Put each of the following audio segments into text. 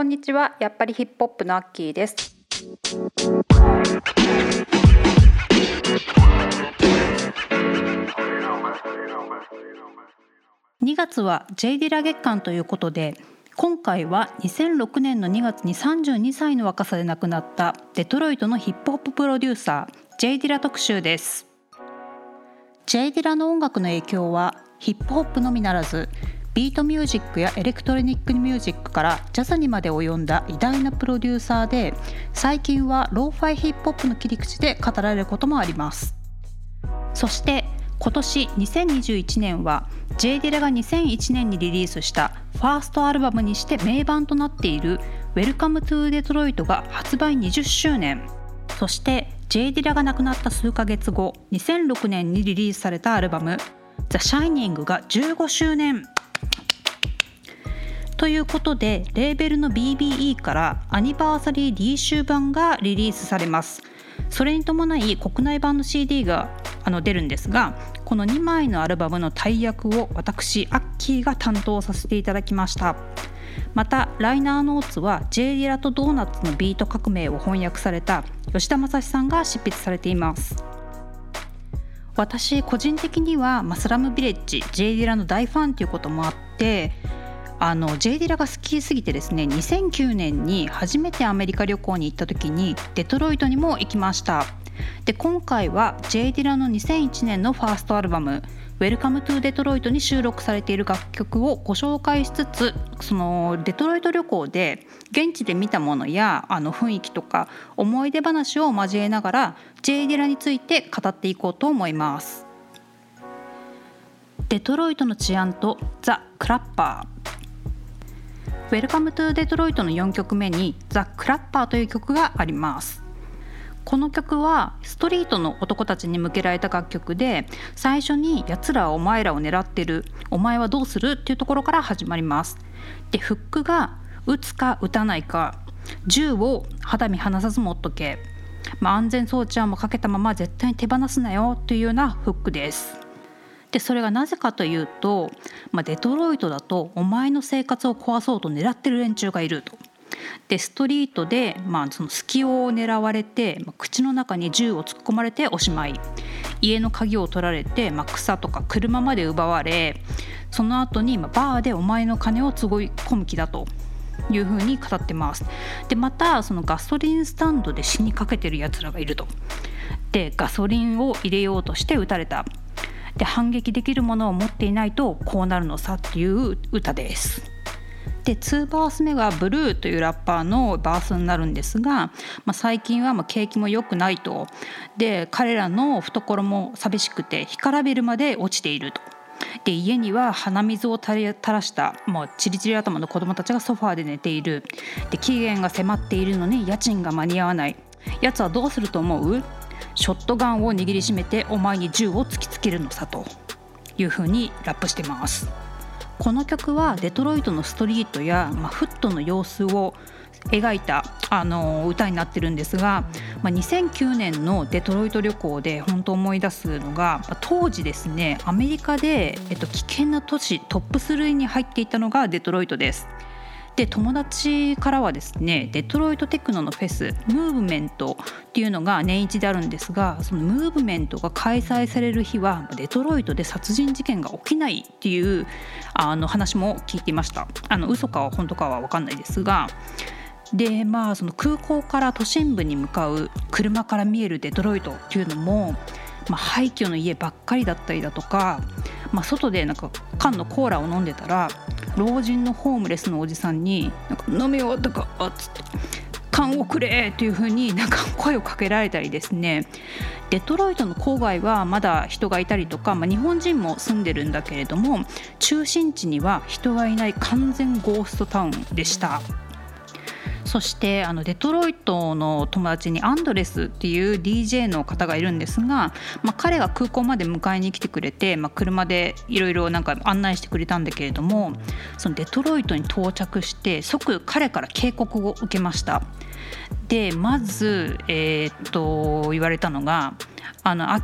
んにちは。やっぱりヒップホップのアッキーです。2月は J ディラ月間ということで、今回は2006年の2月に32歳の若さで亡くなったデトロイトのヒップホッププロデューサー J ディラ特集です。 J ディラの音楽の影響はヒップホップのみならず、ビートミュージックやエレクトロニックミュージックからジャズにまで及んだ偉大なプロデューサーで、最近はローファイヒップホップの切り口で語られることもあります。そして今年2021年は J ディラが2001年にリリースしたファーストアルバムにして名盤となっている Welcome to Detroit が発売20周年。そして J ディラが亡くなった数ヶ月後、2006年にリリースされたアルバム The Shining が15周年ということで、レーベルの BBE からアニバーサリーリーシュー版がリリースされます。それに伴い国内版の CD が出るんですが、この2枚のアルバムの大役を私アッキーが担当させていただきました。またライナーノーツは J ディラとドーナツのビート革命を翻訳された吉田正史さんが執筆されています。私個人的にはスラムビレッジ J ディラの大ファンということもあって、J ディラが好きすぎてですね、2009年に初めてアメリカ旅行に行った時にデトロイトにも行きました。で今回は J ディラの2001年のファーストアルバム Welcome to Detroit に収録されている楽曲をご紹介しつつ、そのデトロイト旅行で現地で見たものや雰囲気とか思い出話を交えながら J ディラについて語っていこうと思います。デトロイトの治安とザ・クラッパー。Welcome to Detroit の4曲目にザ・クラッパーという曲があります。この曲はストリートの男たちに向けられた楽曲で、最初にやつらはお前らを狙ってる、お前はどうするっていうところから始まります。でフックが撃つか撃たないか、銃を肌身離さず持っとけ、安全装置はもうかけたまま絶対に手放すなよというようなフックです。でそれがなぜかというと、デトロイトだとお前の生活を壊そうと狙ってる連中がいると。でストリートで、その隙を狙われて、口の中に銃を突っ込まれておしまい、家の鍵を取られて、草とか車まで奪われ、その後にバーでお前の金をつごい込む気だというふうに語ってます。でまたそのガソリンスタンドで死にかけてるやつらがいると。でガソリンを入れようとして撃たれた。で反撃できるものを持っていないとこうなるのさっていう歌です。で2バース目がブルーというラッパーのバースになるんですが、最近は景気も良くないと。で彼らの懐も寂しくて干からびるまで落ちていると。で家には鼻水を垂らしたチリチリ頭の子供たちがソファーで寝ている。で期限が迫っているのに家賃が間に合わない。やつはどうすると思う？ショットガンを握りしめてお前に銃を突きつけるのさというふうにラップしてます。この曲はデトロイトのストリートや、フットの様子を描いた歌になってるんですが、2009年のデトロイト旅行で本当思い出すのが、当時ですねアメリカで、危険な都市トップ3に入っていたのがデトロイトです。で友達からはですね、デトロイトテクノのフェスムーブメントっていうのが年一であるんですが、そのムーブメントが開催される日はデトロイトで殺人事件が起きないっていう話も聞いていました。嘘か本当かは分かんないですが、でその空港から都心部に向かう車から見えるデトロイトっていうのも、廃墟の家ばっかりだったりだとか、外で缶のコーラを飲んでたら老人のホームレスのおじさんに飲めよとかつって缶をくれっていう風に声をかけられたりですね。デトロイトの郊外はまだ人がいたりとか、日本人も住んでるんだけれども、中心地には人がいない完全ゴーストタウンでした。そしてデトロイトの友達にアンドレスっていう DJ の方がいるんですが、彼が空港まで迎えに来てくれて、車でいろいろ案内してくれたんだけれども、そのデトロイトに到着して即彼から警告を受けました。でまず、言われたのがアキ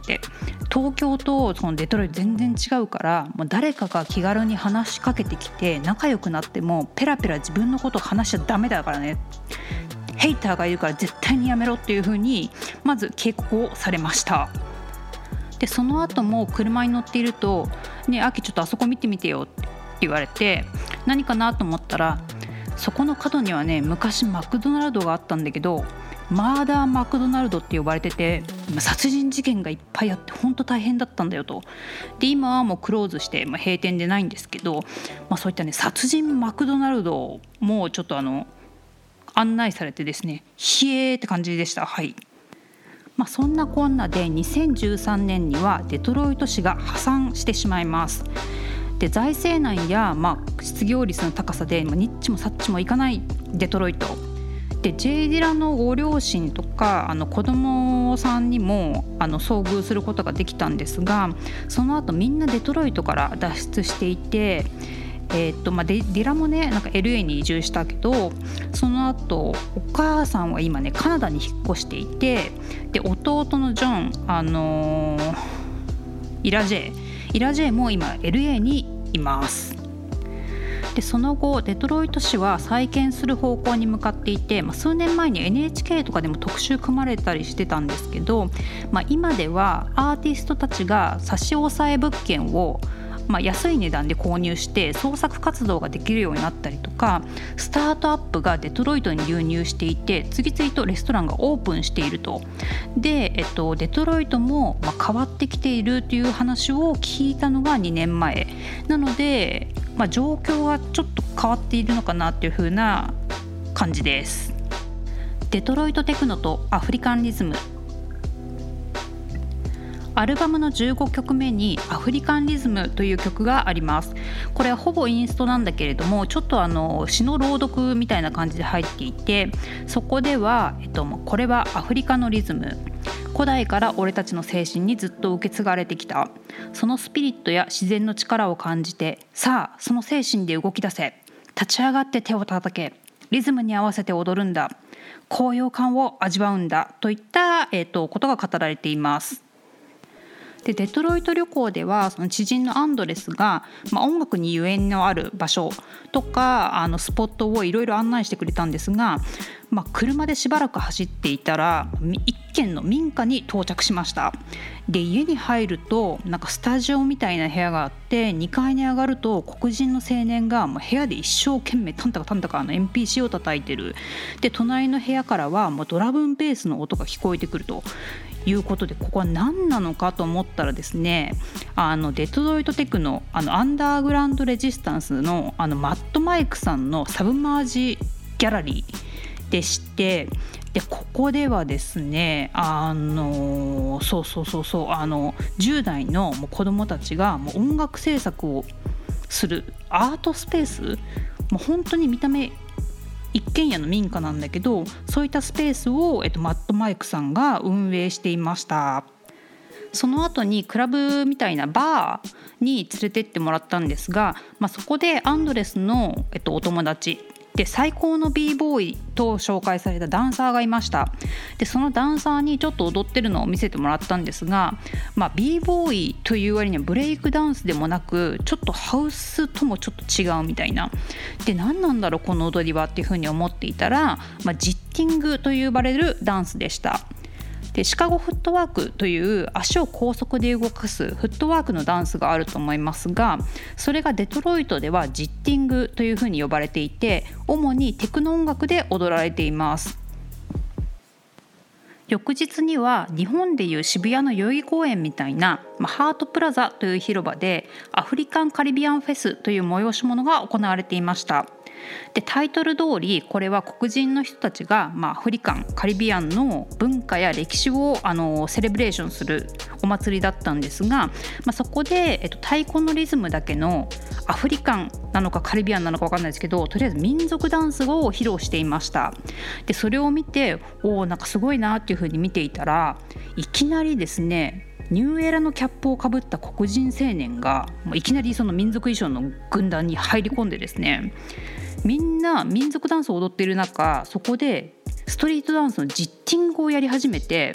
て、東京とそのデトロイト全然違うから、もう誰かが気軽に話しかけてきて仲良くなってもペラペラ自分のことを話しちゃダメだからね、ヘイターがいるから絶対にやめろっていう風にまず警告をされました。でその後も車に乗っているとね、秋ちょっとあそこ見てみてよって言われて、何かなと思ったら、そこの角にはね昔マクドナルドがあったんだけど、マーダーマクドナルドって呼ばれてて、殺人事件がいっぱいあって本当大変だったんだよと。で今はもうクローズして、閉店でないんですけど、そういったね殺人マクドナルドもちょっと案内されてですね、ひえーって感じでした。はい。そんなこんなで2013年にはデトロイト市が破産してしまいます。で財政難や、失業率の高さでニッチもサッチもいかないデトロイトで、J・ディラのご両親とか子供さんにも遭遇することができたんですが、その後みんなデトロイトから脱出していて、ディラもねなんか LA に移住したけど、その後お母さんは今ねカナダに引っ越していて、で弟のジョン、イラジェも今 LA にいます。でその後デトロイト市は再建する方向に向かっていて、数年前に NHK とかでも特集組まれたりしてたんですけど、今ではアーティストたちが差し押さえ物件を安い値段で購入して創作活動ができるようになったりとか、スタートアップがデトロイトに流入していて次々とレストランがオープンしていると。で、デトロイトも変わってきているという話を聞いたのが2年前なので、状況がちょっと変わっているのかなっていう風な感じです。デトロイトテクノとアフリカンリズム、アルバムの15曲目にアフリカンリズムという曲があります。これはほぼインストなんだけれども、ちょっと詩の朗読みたいな感じで入っていて、そこでは、これはアフリカのリズム、古代から俺たちの精神にずっと受け継がれてきた、そのスピリットや自然の力を感じて、さあその精神で動き出せ、立ち上がって手を叩け、リズムに合わせて踊るんだ、高揚感を味わうんだといった、ことが語られています。でデトロイト旅行ではその知人のアンドレスが、音楽にゆえんのある場所とかスポットをいろいろ案内してくれたんですが、車でしばらく走っていたら一軒の民家に到着しました。で家に入るとなんかスタジオみたいな部屋があって、2階に上がると黒人の青年が部屋で一生懸命タンタカMPC を叩いてる。で隣の部屋からはドラムベースの音が聞こえてくるということで、ここは何なのかと思ったらですね、デトロイトテクノアンダーグラウンドレジスタンスのマットマイクさんのサブマージギャラリーでして、でここではですね10代の子どもたちが音楽制作をするアートスペース、本当に見た目一軒家の民家なんだけど、そういったスペースを、マットマイクさんが運営していました。その後にクラブみたいなバーに連れてってもらったんですが、そこでアンドレスの、お友達で最高の b ボーイと紹介されたダンサーがいました。でそのダンサーにちょっと踊ってるのを見せてもらったんですが、b ボーイという割にはブレイクダンスでもなく、ちょっとハウスともちょっと違うみたいな。で何なんだろうこの踊りはっていうふうに思っていたら、ジッティングと呼ばれるダンスでした。でシカゴフットワークという足を高速で動かすフットワークのダンスがあると思いますが、それがデトロイトではジッティングというふうに呼ばれていて、主にテクノ音楽で踊られています。翌日には日本でいう渋谷の代々木公園みたいな、ハートプラザという広場でアフリカンカリビアンフェスという催し物が行われていました。でタイトル通りこれは黒人の人たちが、アフリカンカリビアンの文化や歴史をセレブレーションするお祭りだったんですが、そこで、太鼓のリズムだけのアフリカンなのかカリビアンなのか分かんないですけど、とりあえず民族ダンスを披露していました。でそれを見てなんかすごいなっていう風に見ていたら、いきなりですねニューエラのキャップをかぶった黒人青年がいきなりその民族衣装の軍団に入り込んでですね、みんな民族ダンスを踊っている中、そこでストリートダンスのジッティングをやり始めて、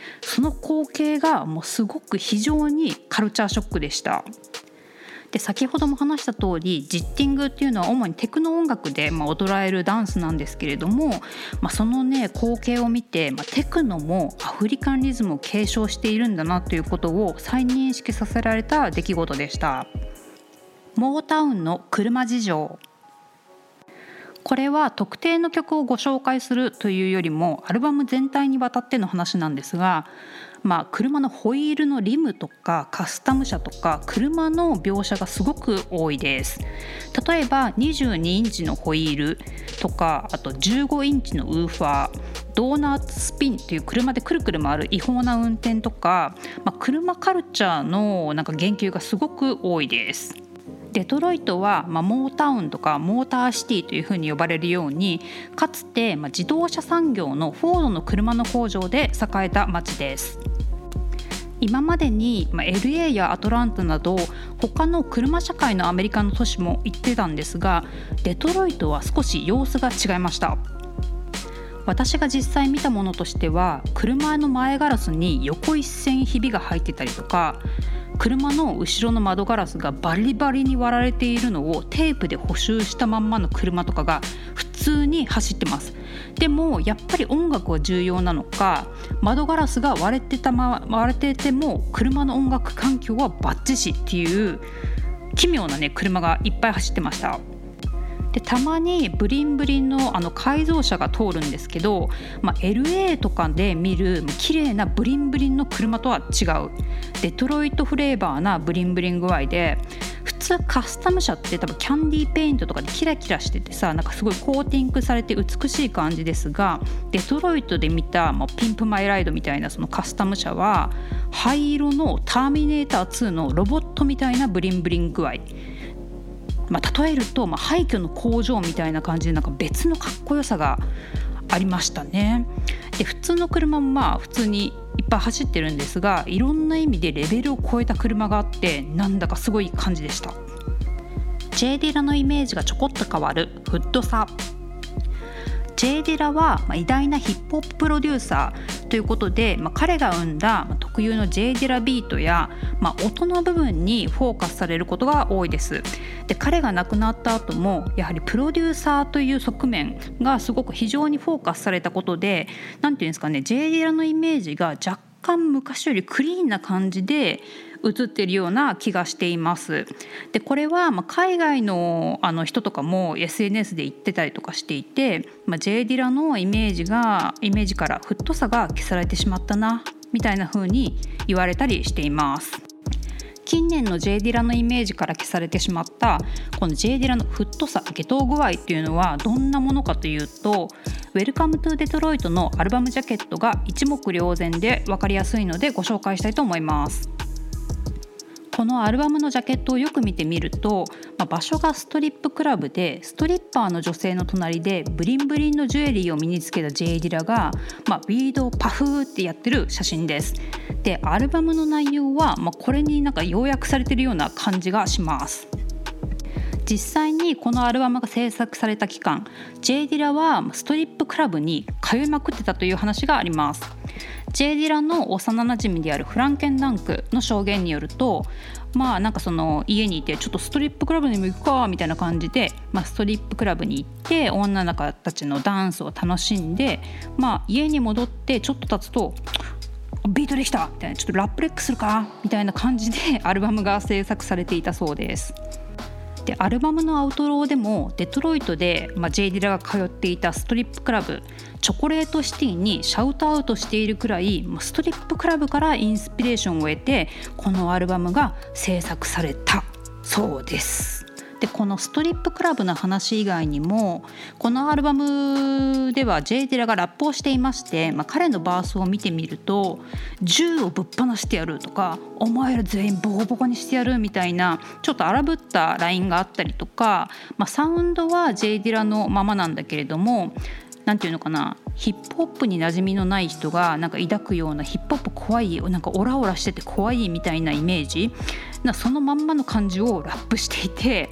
その光景がもうすごく非常にカルチャーショックでした。で先ほども話した通りジッティングっていうのは主にテクノ音楽で踊られるダンスなんですけれども、そのね光景を見て、テクノもアフリカンリズムを継承しているんだなということを再認識させられた出来事でした。モータウンの車事情。これは特定の曲をご紹介するというよりもアルバム全体にわたっての話なんですが、車のホイールのリムとかカスタム車とか車の描写がすごく多いです。例えば22インチのホイールとか、あと15インチのウーファー、ドーナツスピンっていう車でくるくる回る違法な運転とか、車カルチャーの言及がすごく多いです。デトロイトは、モータウンとかモーターシティというふうに呼ばれるように、かつて、自動車産業のフォードの車の工場で栄えた町です。今までに、LA やアトランタなど他の車社会のアメリカの都市も行ってたんですが、デトロイトは少し様子が違いました。私が実際見たものとしては、車の前ガラスに横一線ひびが入ってたりとか、車の後ろの窓ガラスがバリバリに割られているのをテープで補修したまんまの車とかが普通に走ってます。でもやっぱり音楽は重要なのか、窓ガラスが割れてても車の音楽環境はバッチシっていう奇妙なね車がいっぱい走ってました。でたまにブリンブリンの改造車が通るんですけど、LA とかで見る綺麗なブリンブリンの車とは違うデトロイトフレーバーなブリンブリン具合で、普通カスタム車って多分キャンディーペイントとかでキラキラしててさ、すごいコーティングされて美しい感じですが、デトロイトで見た、ピンプマイライドみたいなそのカスタム車は灰色のターミネーター2のロボットみたいなブリンブリン具合、例えると、廃墟の工場みたいな感じで別のかっこよさがありましたね。で普通の車も普通にいっぱい走ってるんですが、いろんな意味でレベルを超えた車があって、なんだかすごい感じでした。Jディラのイメージがちょこっと変わるフットさ。Jディラは偉大なヒップホッププロデューサーということで、彼が生んだ特有の Jディラビートや、音の部分にフォーカスされることが多いです。で彼が亡くなった後もやはりプロデューサーという側面がすごく非常にフォーカスされたことで、なんていうんですかね、 Jディラのイメージが若干昔よりクリーンな感じで映っているような気がしています。でこれは海外の人とかも SNS で言ってたりとかしていて、Jディラのイメージからフットさが消されてしまったなみたいな風に言われたりしています。近年の Jディラのイメージから消されてしまったこの Jディラのフットさ、下等具合っていうのはどんなものかというと、Welcome to Detroit のアルバムジャケットが一目瞭然で分かりやすいのでご紹介したいと思います。このアルバムのジャケットをよく見てみると、場所がストリップクラブで、ストリッパーの女性の隣でブリンブリンのジュエリーを身につけた Jディラが、ウィードをパフーってやってる写真です。でアルバムの内容は、これに要約されているような感じがします。実際にこのアルバムが制作された期間、Jディラはストリップクラブに通いまくってたという話があります。Jディラの幼なじみであるフランケンダンクの証言によると、その家にいてちょっとストリップクラブにも行くかみたいな感じで、ストリップクラブに行って女の子たちのダンスを楽しんで、家に戻ってちょっと経つとビートできたみたいな、ちょっとラップレックするかみたいな感じでアルバムが制作されていたそうです。でアルバムのアウトローでもデトロイトで、Jディラが通っていたストリップクラブチョコレートシティにシャウトアウトしているくらい、ストリップクラブからインスピレーションを得てこのアルバムが制作されたそうです。でこのストリップクラブの話以外にも、このアルバムでは Jディラがラップをしていまして、彼のバースを見てみると、銃をぶっ放してやるとか、お前ら全員ボコボコにしてやるみたいなちょっと荒ぶったラインがあったりとか、サウンドは Jディラのままなんだけれども、なんていうのかな、ヒップホップに馴染みのない人が抱くようなヒップホップ怖い、オラオラしてて怖いみたいなイメージ、そのまんまの感じをラップしていて、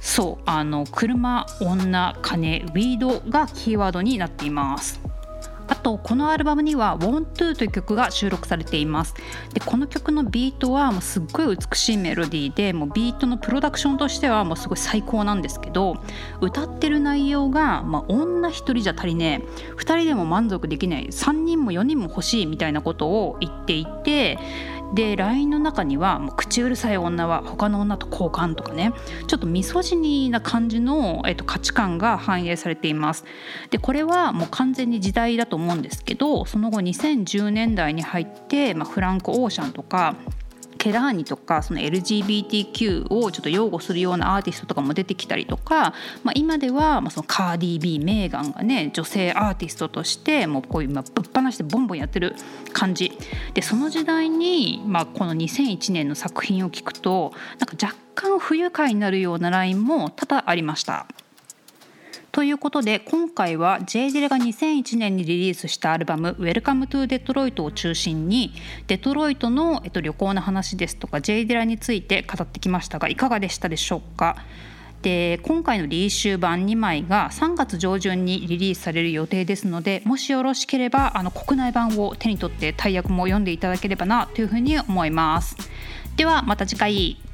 車、女、金、ウィードがキーワードになっています。 あとこのアルバムには Want To という曲が収録されています。でこの曲のビートはもうすっごい美しいメロディーで、もうビートのプロダクションとしてはもうすごい最高なんですけど、歌ってる内容が、女一人じゃ足りねえ、2人でも満足できない、3人も4人も欲しいみたいなことを言っていて、で LINE の中にはもう口うるさい女は他の女と交換とかね、ちょっとミソジニーな感じの、価値観が反映されています。でこれはもう完全に時代だと思うんですけど、その後2010年代に入って、フランク・オーシャンとかケラーニとか、その LGBTQ をちょっと擁護するようなアーティストとかも出てきたりとか、今ではそのカーディー・ビー、メーガンがね、女性アーティストとしてもうこういうぶっ放してボンボンやってる感じで、その時代に、この2001年の作品を聞くとなんか若干不愉快になるようなラインも多々ありました。ということで今回は J ディラが2001年にリリースしたアルバム Welcome to Detroit を中心にデトロイトの、旅行の話ですとか J ディラについて語ってきましたが、いかがでしたでしょうか。で今回のリーシュー版2枚が3月上旬にリリースされる予定ですので、もしよろしければ国内版を手に取って大役も読んでいただければなというふうに思います。ではまた次回。